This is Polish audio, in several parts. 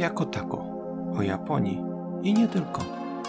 jako tako, o Japonii i nie tylko.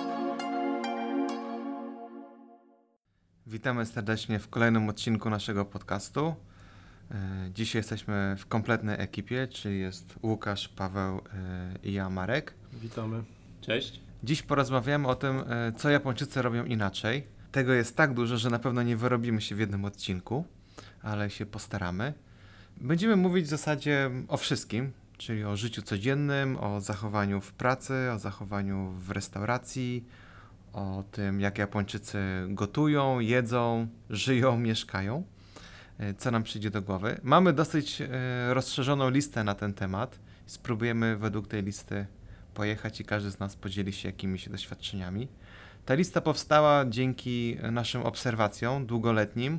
Witamy serdecznie w kolejnym odcinku naszego podcastu. Dzisiaj jesteśmy w kompletnej ekipie, czyli jest Łukasz, Paweł i ja, Marek. Witamy. Cześć. Dziś porozmawiamy o tym, co Japończycy robią inaczej. Tego jest tak dużo, że na pewno nie wyrobimy się w jednym odcinku, ale się postaramy. Będziemy mówić w zasadzie o wszystkim, czyli o życiu codziennym, o zachowaniu w pracy, o zachowaniu w restauracji, o tym, jak Japończycy gotują, jedzą, żyją, mieszkają, co nam przyjdzie do głowy. Mamy dosyć rozszerzoną listę na ten temat. Spróbujemy według tej listy pojechać i każdy z nas podzieli się jakimiś doświadczeniami. Ta lista powstała dzięki naszym obserwacjom długoletnim,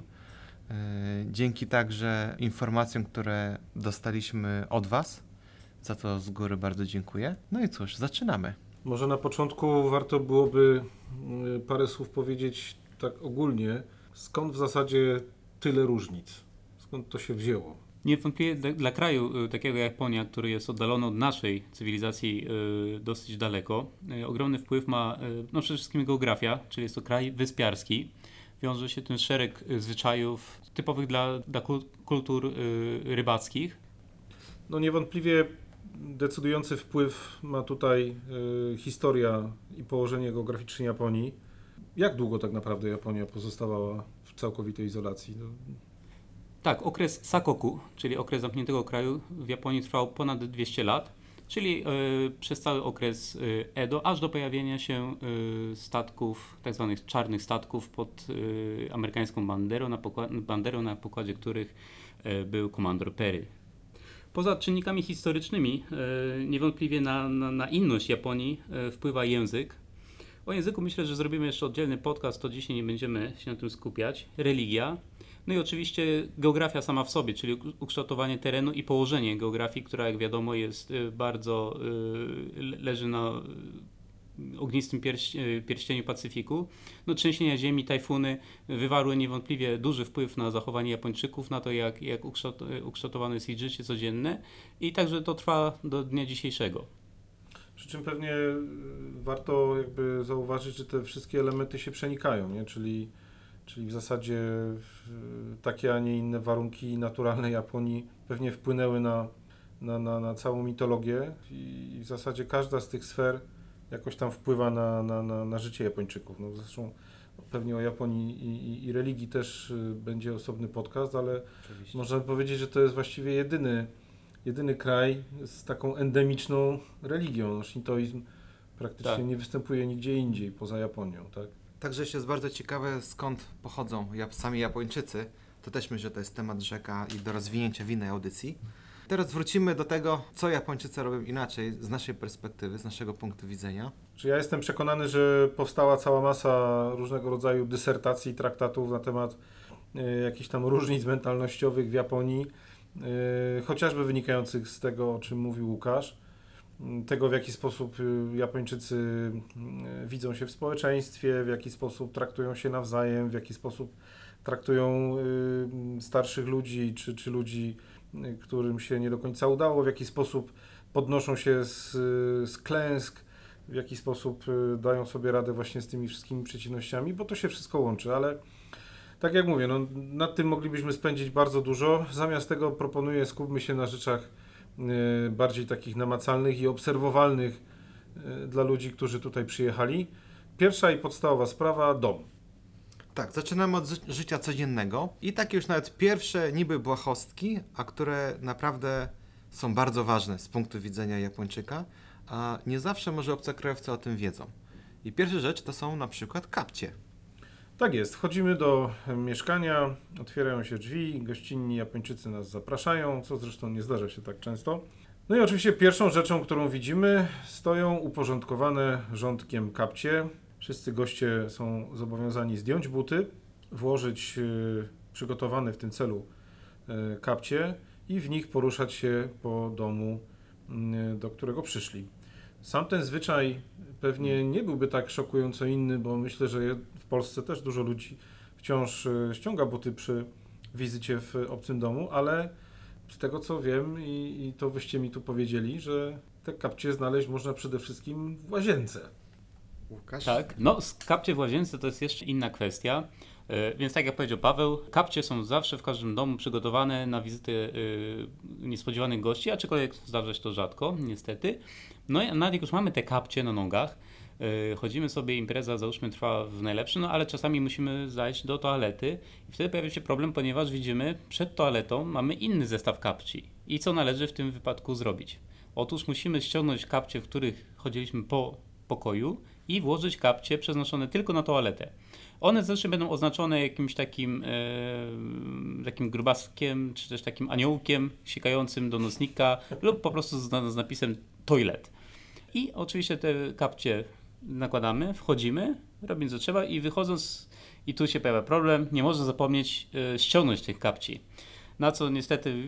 dzięki także informacjom, które dostaliśmy od Was, za to z góry bardzo dziękuję. No i cóż, zaczynamy. Może na początku warto byłoby parę słów powiedzieć tak ogólnie, skąd w zasadzie tyle różnic? Skąd to się wzięło? Niewątpliwie dla kraju takiego jak Japonia, który jest oddalony od naszej cywilizacji dosyć daleko, ogromny wpływ ma przede wszystkim geografia, czyli jest to kraj wyspiarski. Wiąże się tym szereg zwyczajów typowych dla kultur rybackich. No niewątpliwie decydujący wpływ ma tutaj historia i położenie geograficzne Japonii. Jak długo tak naprawdę Japonia pozostawała w całkowitej izolacji? Tak, okres Sakoku, czyli okres zamkniętego kraju w Japonii trwał ponad 200 lat, czyli przez cały okres Edo, aż do pojawienia się statków, tak zwanych czarnych statków pod amerykańską banderą, na pokładzie których był komandor Perry. Poza czynnikami historycznymi, niewątpliwie na inność Japonii wpływa język. O języku myślę, że zrobimy jeszcze oddzielny podcast, to dzisiaj nie będziemy się na tym skupiać. Religia. No i oczywiście geografia sama w sobie, czyli ukształtowanie terenu i położenie geografii, która jak wiadomo jest bardzo, leży na ognistym pierścieniu Pacyfiku. No, trzęsienia ziemi, tajfuny wywarły niewątpliwie duży wpływ na zachowanie Japończyków, na to jak ukształtowane jest ich życie codzienne i także to trwa do dnia dzisiejszego. Przy czym pewnie warto jakby zauważyć, że te wszystkie elementy się przenikają, nie? Czyli w zasadzie takie, a nie inne warunki naturalne Japonii pewnie wpłynęły na całą mitologię i w zasadzie każda z tych sfer jakoś tam wpływa na życie Japończyków. No zresztą pewnie o Japonii i religii też będzie osobny podcast, ale Oczywiście. można powiedzieć, że to jest właściwie jedyny kraj z taką endemiczną religią. No, shintoizm praktycznie nie występuje nigdzie indziej poza Japonią, tak? Także jeszcze jest bardzo ciekawe, skąd pochodzą sami Japończycy. To też myślę, że to jest temat rzeka i do rozwinięcia w innej audycji. Teraz wrócimy do tego, co Japończycy robią inaczej z naszej perspektywy, z naszego punktu widzenia. Czy ja jestem przekonany, że powstała cała masa różnego rodzaju dysertacji i traktatów na temat jakichś tam różnic mentalnościowych w Japonii, chociażby wynikających z tego, o czym mówił Łukasz, tego w jaki sposób Japończycy widzą się w społeczeństwie, w jaki sposób traktują się nawzajem, w jaki sposób traktują starszych ludzi czy ludzi, którym się nie do końca udało, w jaki sposób podnoszą się z klęsk, w jaki sposób dają sobie radę właśnie z tymi wszystkimi przeciwnościami, bo to się wszystko łączy, ale tak jak mówię, no, nad tym moglibyśmy spędzić bardzo dużo. Zamiast tego proponuję, skupmy się na rzeczach bardziej takich namacalnych i obserwowalnych dla ludzi, którzy tutaj przyjechali. Pierwsza i podstawowa sprawa, dom. Tak, zaczynamy od życia codziennego i takie już nawet pierwsze niby błahostki, a które naprawdę są bardzo ważne z punktu widzenia Japończyka, a nie zawsze może obcokrajowcy o tym wiedzą. I pierwsza rzecz to są na przykład kapcie. Tak jest, wchodzimy do mieszkania, otwierają się drzwi, gościnni Japończycy nas zapraszają, co zresztą nie zdarza się tak często. No i oczywiście pierwszą rzeczą, którą widzimy, stoją uporządkowane rządkiem kapcie. Wszyscy goście są zobowiązani zdjąć buty, włożyć przygotowane w tym celu kapcie i w nich poruszać się po domu, do którego przyszli. Sam ten zwyczaj pewnie nie byłby tak szokująco inny, bo myślę, że w Polsce też dużo ludzi wciąż ściąga buty przy wizycie w obcym domu, ale z tego co wiem i to wyście mi tu powiedzieli, że te kapcie znaleźć można przede wszystkim w łazience. Łukasz? Tak, no kapcie w łazience to jest jeszcze inna kwestia. Więc tak jak powiedział Paweł, kapcie są zawsze w każdym domu przygotowane na wizytę niespodziewanych gości, aczkolwiek zdarza się to rzadko, niestety. No i nawet jak już mamy te kapcie na nogach, chodzimy sobie, impreza załóżmy trwa w najlepszym, no ale czasami musimy zajść do toalety i wtedy pojawia się problem, ponieważ widzimy przed toaletą mamy inny zestaw kapci. I co należy w tym wypadku zrobić? Otóż musimy ściągnąć kapcie, w których chodziliśmy po pokoju i włożyć kapcie przeznaczone tylko na toaletę. One zresztą będą oznaczone jakimś takim grubaskiem, czy też takim aniołkiem sikającym do nocnika lub po prostu z napisem toilet. I oczywiście te kapcie nakładamy, wchodzimy, robimy co trzeba i wychodząc, i tu się pojawia problem, nie można zapomnieć ściągnąć tych kapci. Na co niestety,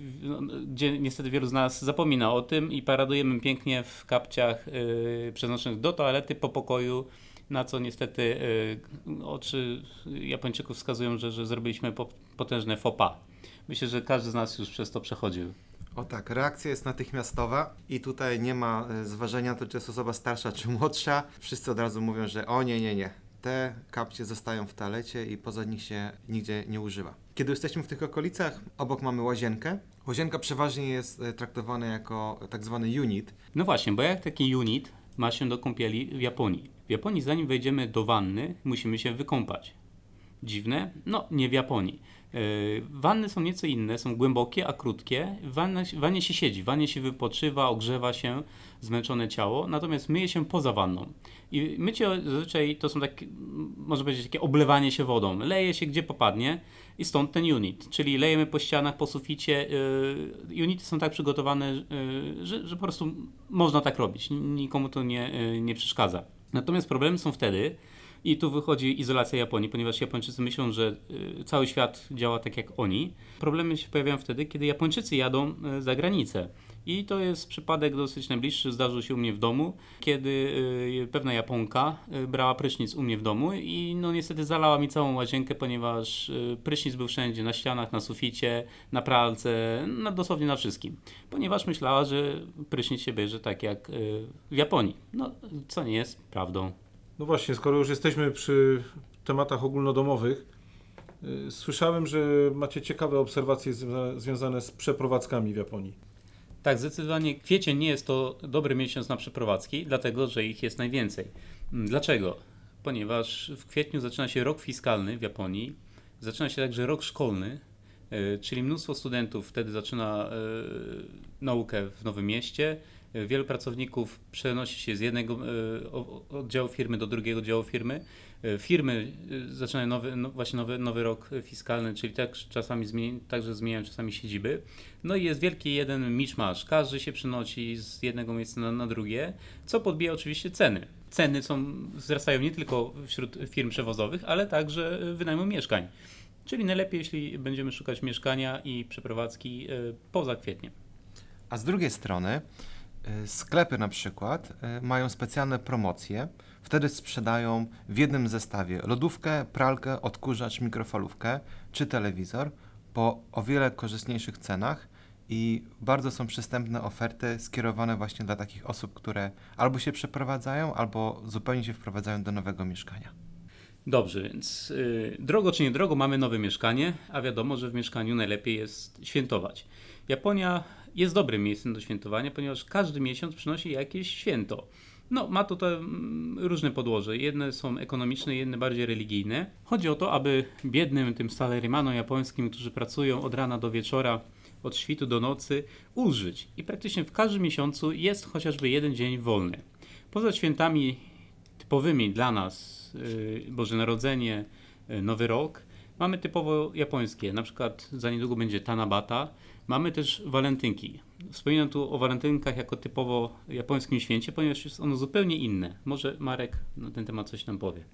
gdzie niestety wielu z nas zapomina o tym i paradujemy pięknie w kapciach przeznaczonych do toalety po pokoju, na co niestety oczy Japończyków wskazują, że zrobiliśmy potężne faux pas. Myślę, że każdy z nas już przez to przechodził. O tak, reakcja jest natychmiastowa i tutaj nie ma zważenia, to czy jest osoba starsza czy młodsza. Wszyscy od razu mówią, że o nie. Te kapcie zostają w toalecie i poza nich się nigdzie nie używa. Kiedy jesteśmy w tych okolicach, obok mamy łazienkę. Łazienka przeważnie jest traktowana jako tak zwany unit. No właśnie, bo jak taki unit ma się do kąpieli w Japonii? W Japonii zanim wejdziemy do wanny, musimy się wykąpać. Dziwne? No, nie w Japonii. Wanny są nieco inne, są głębokie, a krótkie. W wannie się siedzi, w wannie się wypoczywa, ogrzewa się zmęczone ciało, natomiast myje się poza wanną. I mycie zazwyczaj to są takie, można powiedzieć, takie oblewanie się wodą. Leje się gdzie popadnie i stąd ten unit. Czyli lejemy po ścianach, po suficie. Unity są tak przygotowane, że po prostu można tak robić. Nikomu to nie przeszkadza. Natomiast problemy są wtedy, i tu wychodzi izolacja Japonii, ponieważ Japończycy myślą, że cały świat działa tak jak oni. Problemy się pojawiają wtedy, kiedy Japończycy jadą za granicę. I to jest przypadek dosyć najbliższy, zdarzył się u mnie w domu, kiedy pewna Japonka brała prysznic u mnie w domu i no niestety zalała mi całą łazienkę, ponieważ prysznic był wszędzie, na ścianach, na suficie, na pralce, dosłownie na wszystkim. Ponieważ myślała, że prysznic się bierze tak jak w Japonii. No, co nie jest prawdą. No właśnie, skoro już jesteśmy przy tematach ogólnodomowych, słyszałem, że macie ciekawe obserwacje związane z przeprowadzkami w Japonii. Tak, zdecydowanie kwiecień nie jest to dobry miesiąc na przeprowadzki, dlatego że ich jest najwięcej. Dlaczego? Ponieważ w kwietniu zaczyna się rok fiskalny w Japonii, zaczyna się także rok szkolny, czyli mnóstwo studentów wtedy zaczyna naukę w nowym mieście. Wielu pracowników przenosi się z jednego oddziału firmy do drugiego oddziału firmy. Firmy zaczynają nowy rok fiskalny, czyli także zmieniają czasami siedziby. No i jest wielki jeden miszmasz. Każdy się przenosi z jednego miejsca na drugie, co podbija oczywiście ceny. Ceny wzrastają nie tylko wśród firm przewozowych, ale także wynajmu mieszkań. Czyli najlepiej, jeśli będziemy szukać mieszkania i przeprowadzki poza kwietniem. A z drugiej strony sklepy na przykład mają specjalne promocje. Wtedy sprzedają w jednym zestawie lodówkę, pralkę, odkurzacz, mikrofalówkę czy telewizor po o wiele korzystniejszych cenach i bardzo są przystępne oferty skierowane właśnie dla takich osób, które albo się przeprowadzają, albo zupełnie się wprowadzają do nowego mieszkania. Dobrze, więc drogo czy niedrogo mamy nowe mieszkanie, a wiadomo, że w mieszkaniu najlepiej jest świętować. Japonia jest dobrym miejscem do świętowania, ponieważ każdy miesiąc przynosi jakieś święto. No, ma to różne podłoże. Jedne są ekonomiczne, jedne bardziej religijne. Chodzi o to, aby biednym tym salarymanom japońskim, którzy pracują od rana do wieczora, od świtu do nocy, ulżyć. I praktycznie w każdym miesiącu jest chociażby jeden dzień wolny. Poza świętami typowymi dla nas, Boże Narodzenie, Nowy Rok, mamy typowo japońskie. Na przykład za niedługo będzie Tanabata. Mamy też walentynki. Wspominam tu o walentynkach jako typowo japońskim święcie, ponieważ jest ono zupełnie inne. Może Marek na ten temat coś nam powie.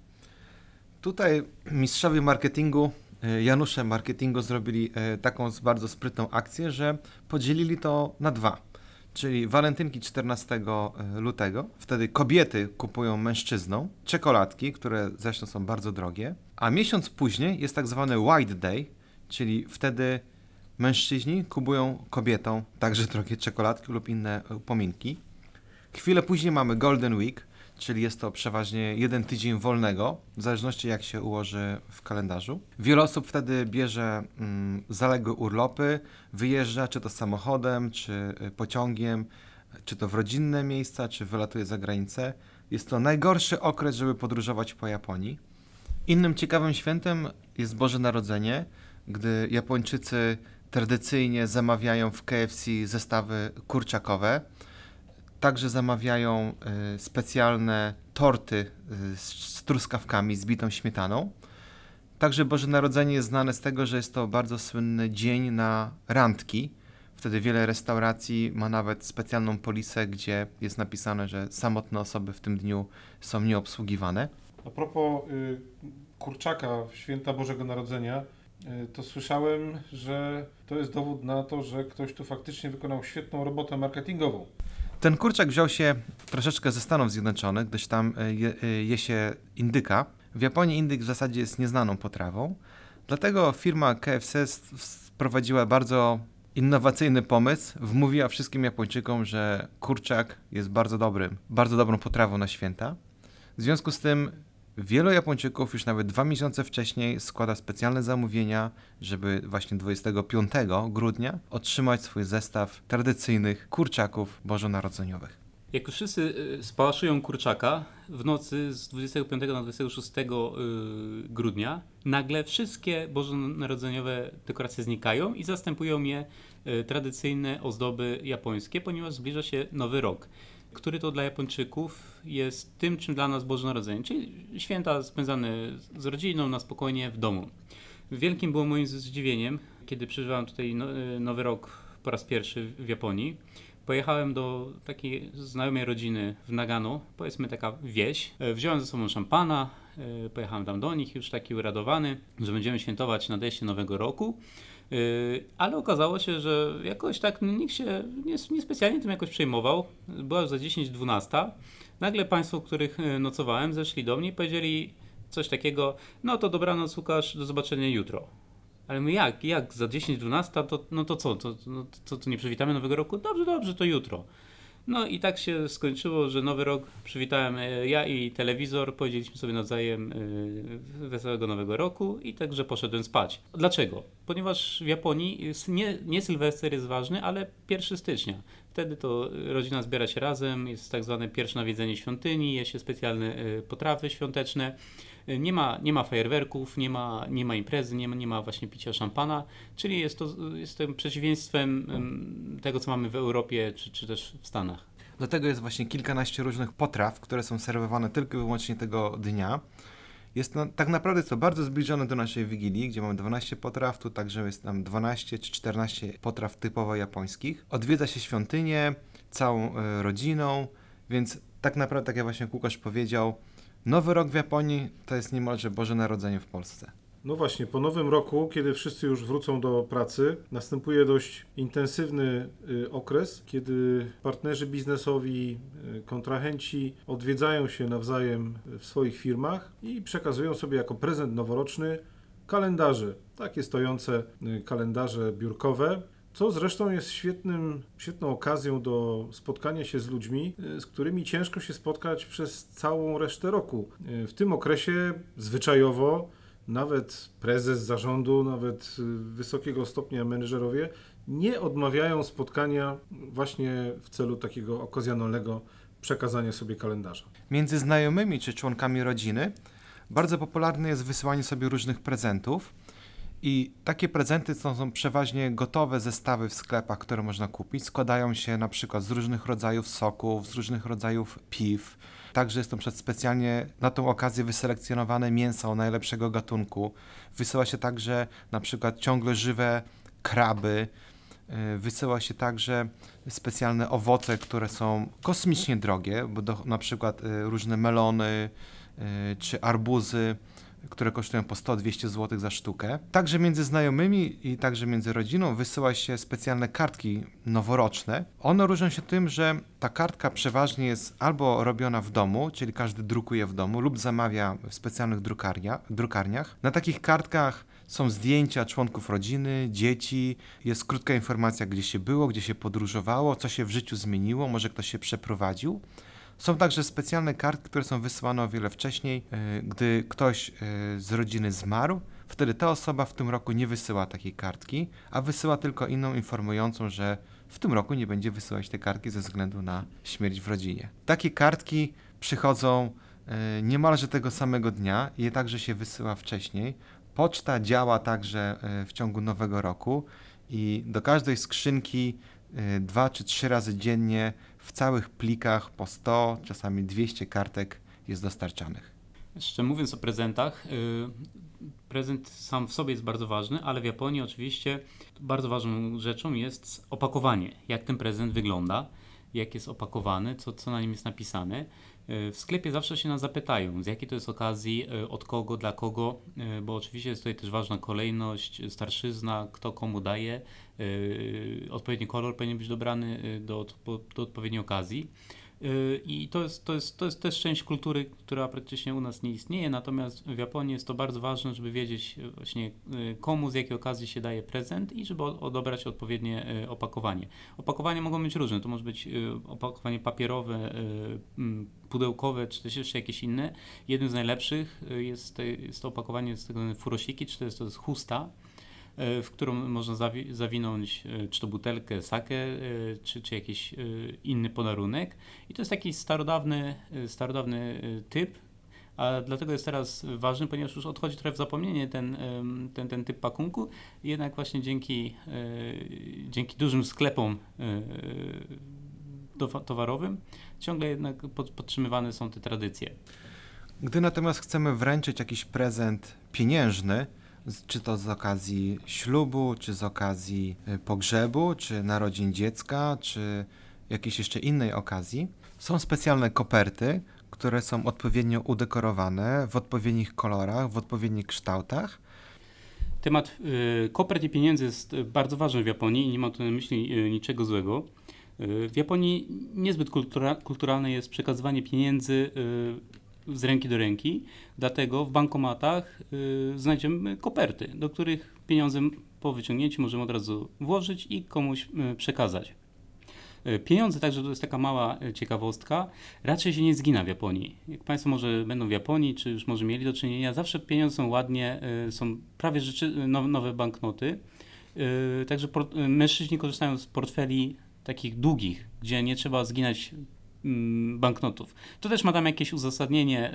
Tutaj mistrzowie marketingu, Janusze marketingu zrobili taką bardzo sprytną akcję, że podzielili to na dwa. Czyli walentynki 14 lutego. Wtedy kobiety kupują mężczyznom czekoladki, które zresztą są bardzo drogie. A miesiąc później jest tak zwany White Day, czyli wtedy mężczyźni kupują kobietom także drogie czekoladki lub inne upominki. Chwilę później mamy Golden Week, czyli jest to przeważnie 1 tydzień wolnego, w zależności jak się ułoży w kalendarzu. Wiele osób wtedy bierze zaległe urlopy, wyjeżdża czy to samochodem, czy pociągiem, czy to w rodzinne miejsca, czy wylatuje za granicę. Jest to najgorszy okres, żeby podróżować po Japonii. Innym ciekawym świętem jest Boże Narodzenie, gdy Japończycy tradycyjnie zamawiają w KFC zestawy kurczakowe. Także zamawiają specjalne torty z truskawkami, z bitą śmietaną. Także Boże Narodzenie jest znane z tego, że jest to bardzo słynny dzień na randki. Wtedy wiele restauracji ma nawet specjalną polisę, gdzie jest napisane, że samotne osoby w tym dniu są nieobsługiwane. A propos kurczaka w święta Bożego Narodzenia, to słyszałem, że to jest dowód na to, że ktoś tu faktycznie wykonał świetną robotę marketingową. Ten kurczak wziął się troszeczkę ze Stanów Zjednoczonych, gdyż tam je się indyka. W Japonii indyk w zasadzie jest nieznaną potrawą, dlatego firma KFC wprowadziła bardzo innowacyjny pomysł, wmówiła wszystkim Japończykom, że kurczak jest bardzo dobrą potrawą na święta. W związku z tym wielu Japończyków już nawet 2 miesiące wcześniej składa specjalne zamówienia, żeby właśnie 25 grudnia otrzymać swój zestaw tradycyjnych kurczaków bożonarodzeniowych. Jak już wszyscy spałaszują kurczaka, w nocy z 25 na 26 grudnia nagle wszystkie bożonarodzeniowe dekoracje znikają i zastępują je tradycyjne ozdoby japońskie, ponieważ zbliża się Nowy Rok, który to dla Japończyków jest tym, czym dla nas Boże Narodzenie, czyli święta spędzane z rodziną, na spokojnie w domu. Wielkim było moim zdziwieniem, kiedy przeżywałem tutaj Nowy Rok po raz pierwszy w Japonii. Pojechałem do takiej znajomej rodziny w Nagano, powiedzmy taka wieś. Wziąłem ze sobą szampana, pojechałem tam do nich już taki uradowany, że będziemy świętować nadejście Nowego Roku. Ale okazało się, że jakoś tak nikt się niespecjalnie tym jakoś przejmował. Była już za 10-12. Nagle państwo, u których nocowałem, zeszli do mnie i powiedzieli coś takiego: no to dobranoc Łukasz, do zobaczenia jutro. Ale my jak? Za 10-12? To co? To nie przywitamy Nowego Roku? Dobrze, to jutro. No i tak się skończyło, że Nowy Rok przywitałem ja i telewizor, powiedzieliśmy sobie nawzajem wesołego Nowego Roku i także poszedłem spać. Dlaczego? Ponieważ w Japonii nie Sylwester jest ważny, ale 1 stycznia. Wtedy to rodzina zbiera się razem, jest tak zwane pierwsze nawiedzenie świątyni, je się specjalne potrawy świąteczne. Nie ma fajerwerków, nie ma imprezy, nie ma właśnie picia szampana, czyli jest to przeciwieństwem tego, co mamy w Europie czy też w Stanach. Dlatego jest właśnie kilkanaście różnych potraw, które są serwowane tylko i wyłącznie tego dnia. Jest tak naprawdę to bardzo zbliżone do naszej Wigilii, gdzie mamy 12 potraw, tu także jest tam 12 czy 14 potraw typowo japońskich. Odwiedza się świątynię całą rodziną, więc tak naprawdę, tak jak właśnie Łukasz powiedział, Nowy Rok w Japonii to jest niemalże Boże Narodzenie w Polsce. No właśnie, po Nowym Roku, kiedy wszyscy już wrócą do pracy, następuje dość intensywny okres, kiedy partnerzy biznesowi, kontrahenci odwiedzają się nawzajem w swoich firmach i przekazują sobie jako prezent noworoczny kalendarze, takie stojące kalendarze biurkowe, co zresztą jest świetną okazją do spotkania się z ludźmi, z którymi ciężko się spotkać przez całą resztę roku. W tym okresie zwyczajowo nawet prezes zarządu, nawet wysokiego stopnia menedżerowie nie odmawiają spotkania właśnie w celu takiego okazjonalnego przekazania sobie kalendarza. Między znajomymi czy członkami rodziny bardzo popularne jest wysyłanie sobie różnych prezentów i takie prezenty są przeważnie gotowe zestawy w sklepach, które można kupić. Składają się na przykład z różnych rodzajów soków, z różnych rodzajów piw. Także jest to specjalnie na tą okazję wyselekcjonowane mięso najlepszego gatunku. Wysyła się także na przykład ciągle żywe kraby. Wysyła się także specjalne owoce, które są kosmicznie drogie, bo na przykład różne melony czy arbuzy które kosztują po 100-200 zł za sztukę. Także między znajomymi i także między rodziną wysyła się specjalne kartki noworoczne. One różnią się tym, że ta kartka przeważnie jest albo robiona w domu, czyli każdy drukuje w domu, lub zamawia w specjalnych drukarniach. Na takich kartkach są zdjęcia członków rodziny, dzieci, jest krótka informacja, gdzie się było, gdzie się podróżowało, co się w życiu zmieniło, może ktoś się przeprowadził. Są także specjalne kartki, które są wysyłane o wiele wcześniej, gdy ktoś z rodziny zmarł. Wtedy ta osoba w tym roku nie wysyła takiej kartki, a wysyła tylko inną informującą, że w tym roku nie będzie wysyłać tej kartki ze względu na śmierć w rodzinie. Takie kartki przychodzą niemalże tego samego dnia i je także się wysyła wcześniej. Poczta działa także w ciągu nowego roku i do każdej skrzynki 2 czy 3 razy dziennie w całych plikach po 100, czasami 200 kartek jest dostarczanych. Jeszcze mówiąc o prezentach, prezent sam w sobie jest bardzo ważny, ale w Japonii oczywiście bardzo ważną rzeczą jest opakowanie. Jak ten prezent wygląda, jak jest opakowany, co na nim jest napisane. W sklepie zawsze się nas zapytają, z jakiej to jest okazji, od kogo, dla kogo, bo oczywiście jest tutaj też ważna kolejność, starszyzna, kto komu daje, odpowiedni kolor powinien być dobrany do odpowiedniej okazji. I to jest też część kultury, która praktycznie u nas nie istnieje, natomiast w Japonii jest to bardzo ważne, żeby wiedzieć właśnie komu, z jakiej okazji się daje prezent i żeby odebrać odpowiednie opakowanie. Opakowania mogą być różne, to może być opakowanie papierowe, pudełkowe, czy też jeszcze jakieś inne. Jednym z najlepszych jest to opakowanie z tego furosiki, czy to jest chusta, w którą można zawinąć czy to butelkę sake, czy jakiś inny podarunek. I to jest taki starodawny typ, a dlatego jest teraz ważny, ponieważ już odchodzi trochę w zapomnienie ten typ pakunku. Jednak właśnie dzięki dużym sklepom towarowym ciągle jednak podtrzymywane są te tradycje. Gdy natomiast chcemy wręczyć jakiś prezent pieniężny, czy to z okazji ślubu, czy z okazji pogrzebu, czy narodzin dziecka, czy jakiejś jeszcze innej okazji, są specjalne koperty, które są odpowiednio udekorowane, w odpowiednich kolorach, w odpowiednich kształtach. Temat kopert i pieniędzy jest bardzo ważny w Japonii i nie mam tu na myśli niczego złego. W Japonii niezbyt kulturalne jest przekazywanie pieniędzy z ręki do ręki, dlatego w bankomatach znajdziemy koperty, do których pieniądze po wyciągnięciu możemy od razu włożyć i komuś przekazać. Pieniądze, także to jest taka mała ciekawostka, raczej się nie zgina w Japonii. Jak Państwo może będą w Japonii, czy już może mieli do czynienia, zawsze pieniądze są ładnie, są prawie nowe banknoty. Także mężczyźni korzystają z portfeli takich długich, gdzie nie trzeba zginać banknotów. To też ma tam jakieś uzasadnienie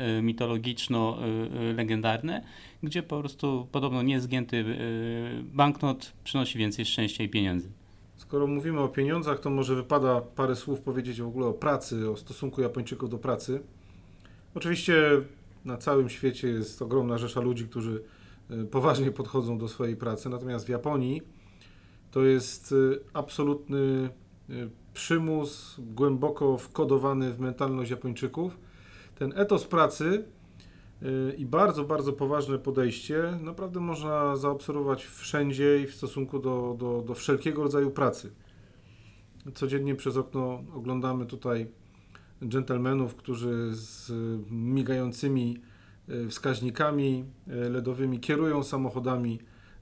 mitologiczno-legendarne, gdzie po prostu podobno niezgięty banknot przynosi więcej szczęścia i pieniędzy. Skoro mówimy o pieniądzach, to może wypada parę słów powiedzieć w ogóle o pracy, o stosunku Japończyków do pracy. Oczywiście na całym świecie jest ogromna rzesza ludzi, którzy poważnie podchodzą do swojej pracy, natomiast w Japonii to jest absolutny przymus głęboko wkodowany w mentalność Japończyków. Ten etos pracy i bardzo, bardzo poważne podejście naprawdę można zaobserwować wszędzie i w stosunku do wszelkiego rodzaju pracy. Codziennie przez okno oglądamy tutaj dżentelmenów, którzy z migającymi wskaźnikami LEDowymi kierują samochodami,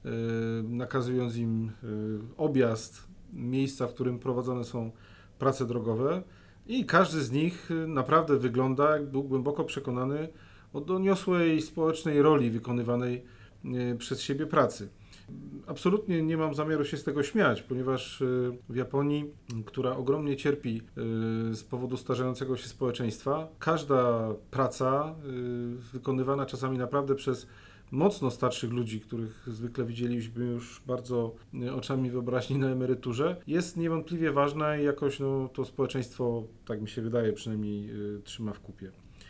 nakazując im objazd miejsca, w którym prowadzone są prace drogowe i każdy z nich naprawdę wygląda, jak był głęboko przekonany o doniosłej społecznej roli wykonywanej przez siebie pracy. Absolutnie nie mam zamiaru się z tego śmiać, ponieważ w Japonii, która ogromnie cierpi z powodu starzejącego się społeczeństwa, każda praca wykonywana czasami naprawdę przez mocno starszych ludzi, których zwykle widzieliśmy już bardzo oczami wyobraźni na emeryturze, jest niewątpliwie ważna i jakoś to społeczeństwo, tak mi się wydaje, przynajmniej trzyma w kupie.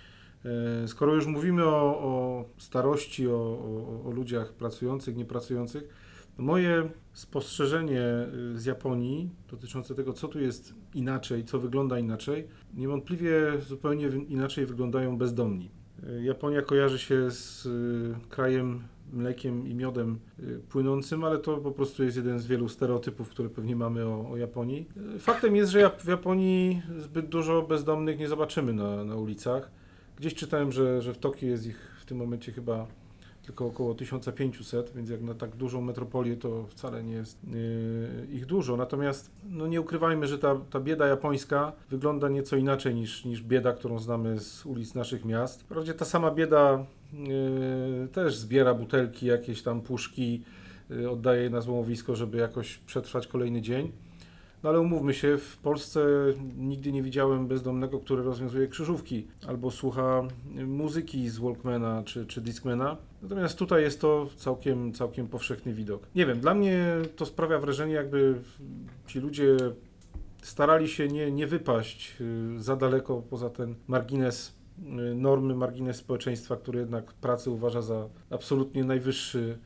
Skoro już mówimy o starości, o ludziach pracujących, niepracujących, moje spostrzeżenie z Japonii dotyczące tego, co tu jest inaczej, co wygląda inaczej, niewątpliwie zupełnie inaczej wyglądają bezdomni. Japonia kojarzy się z krajem mlekiem i miodem płynącym, ale to po prostu jest jeden z wielu stereotypów, które pewnie mamy o Japonii. Faktem jest, że w Japonii zbyt dużo bezdomnych nie zobaczymy na ulicach. Gdzieś czytałem, że w Tokio jest ich w tym momencie chyba tylko około 1500, więc jak na tak dużą metropolię to wcale nie jest ich dużo. Natomiast no nie ukrywajmy, że ta bieda japońska wygląda nieco inaczej niż bieda, którą znamy z ulic naszych miast. Wprawdzie ta sama bieda też zbiera butelki, jakieś tam puszki, oddaje je na złomowisko, żeby jakoś przetrwać kolejny dzień. No ale umówmy się, w Polsce nigdy nie widziałem bezdomnego, który rozwiązuje krzyżówki albo słucha muzyki z Walkmana czy Discmana. Natomiast tutaj jest to całkiem powszechny widok. Nie wiem, dla mnie to sprawia wrażenie, jakby ci ludzie starali się nie wypaść za daleko poza ten margines normy, margines społeczeństwa, który jednak pracę uważa za absolutnie najwyższy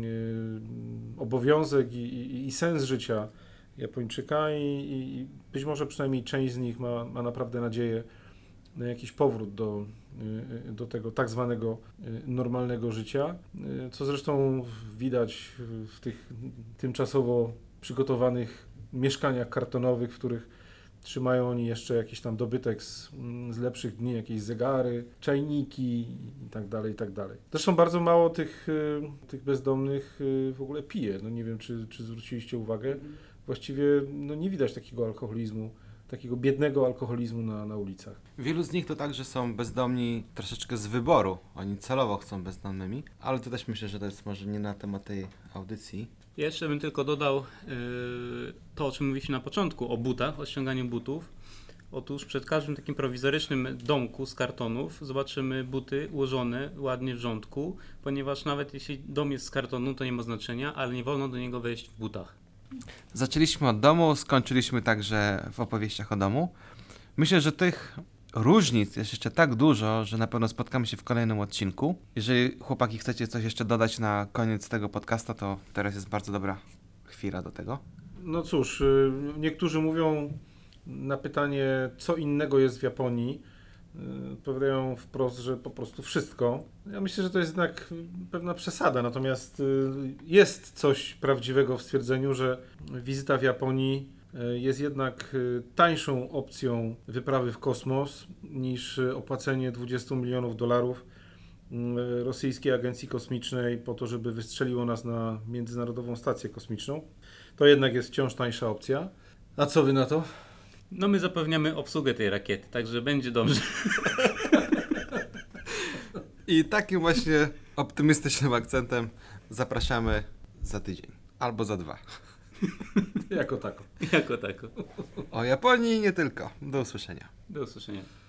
obowiązek i sens życia Japończyka i być może przynajmniej część z nich ma naprawdę nadzieję na jakiś powrót do tego tak zwanego normalnego życia, co zresztą widać w tych tymczasowo przygotowanych mieszkaniach kartonowych, w których trzymają oni jeszcze jakiś tam dobytek z lepszych dni, jakieś zegary, czajniki i tak dalej, i tak dalej. Zresztą bardzo mało tych bezdomnych w ogóle pije. No nie wiem, czy zwróciliście uwagę. Właściwie no nie widać takiego alkoholizmu, takiego biednego alkoholizmu na ulicach. Wielu z nich to także są bezdomni troszeczkę z wyboru. Oni celowo chcą bezdomnymi, ale to też myślę, że to jest może nie na temat tej audycji. Jeszcze bym tylko dodał to, o czym mówiliśmy na początku, o butach, o ściąganiu butów. Otóż przed każdym takim prowizorycznym domku z kartonów zobaczymy buty ułożone ładnie w rządku, ponieważ nawet jeśli dom jest z kartonu, to nie ma znaczenia, ale nie wolno do niego wejść w butach. Zaczęliśmy od domu, skończyliśmy także w opowieściach o domu. Myślę, że tych różnic jest jeszcze tak dużo, że na pewno spotkamy się w kolejnym odcinku. Jeżeli chłopaki chcecie coś jeszcze dodać na koniec tego podcasta, to teraz jest bardzo dobra chwila do tego. No cóż, niektórzy mówią na pytanie, co innego jest w Japonii, odpowiadają wprost, że po prostu wszystko. Ja myślę, że to jest jednak pewna przesada, natomiast jest coś prawdziwego w stwierdzeniu, że wizyta w Japonii jest jednak tańszą opcją wyprawy w kosmos niż opłacenie $20 milionów rosyjskiej agencji kosmicznej po to, żeby wystrzeliło nas na Międzynarodową Stację Kosmiczną. To jednak jest wciąż tańsza opcja. A co wy na to? No my zapewniamy obsługę tej rakiety, także będzie dobrze. I takim właśnie optymistycznym akcentem zapraszamy za tydzień. Albo za 2. Jako tako. Jako tako. O Japonii i nie tylko. Do usłyszenia. Do usłyszenia.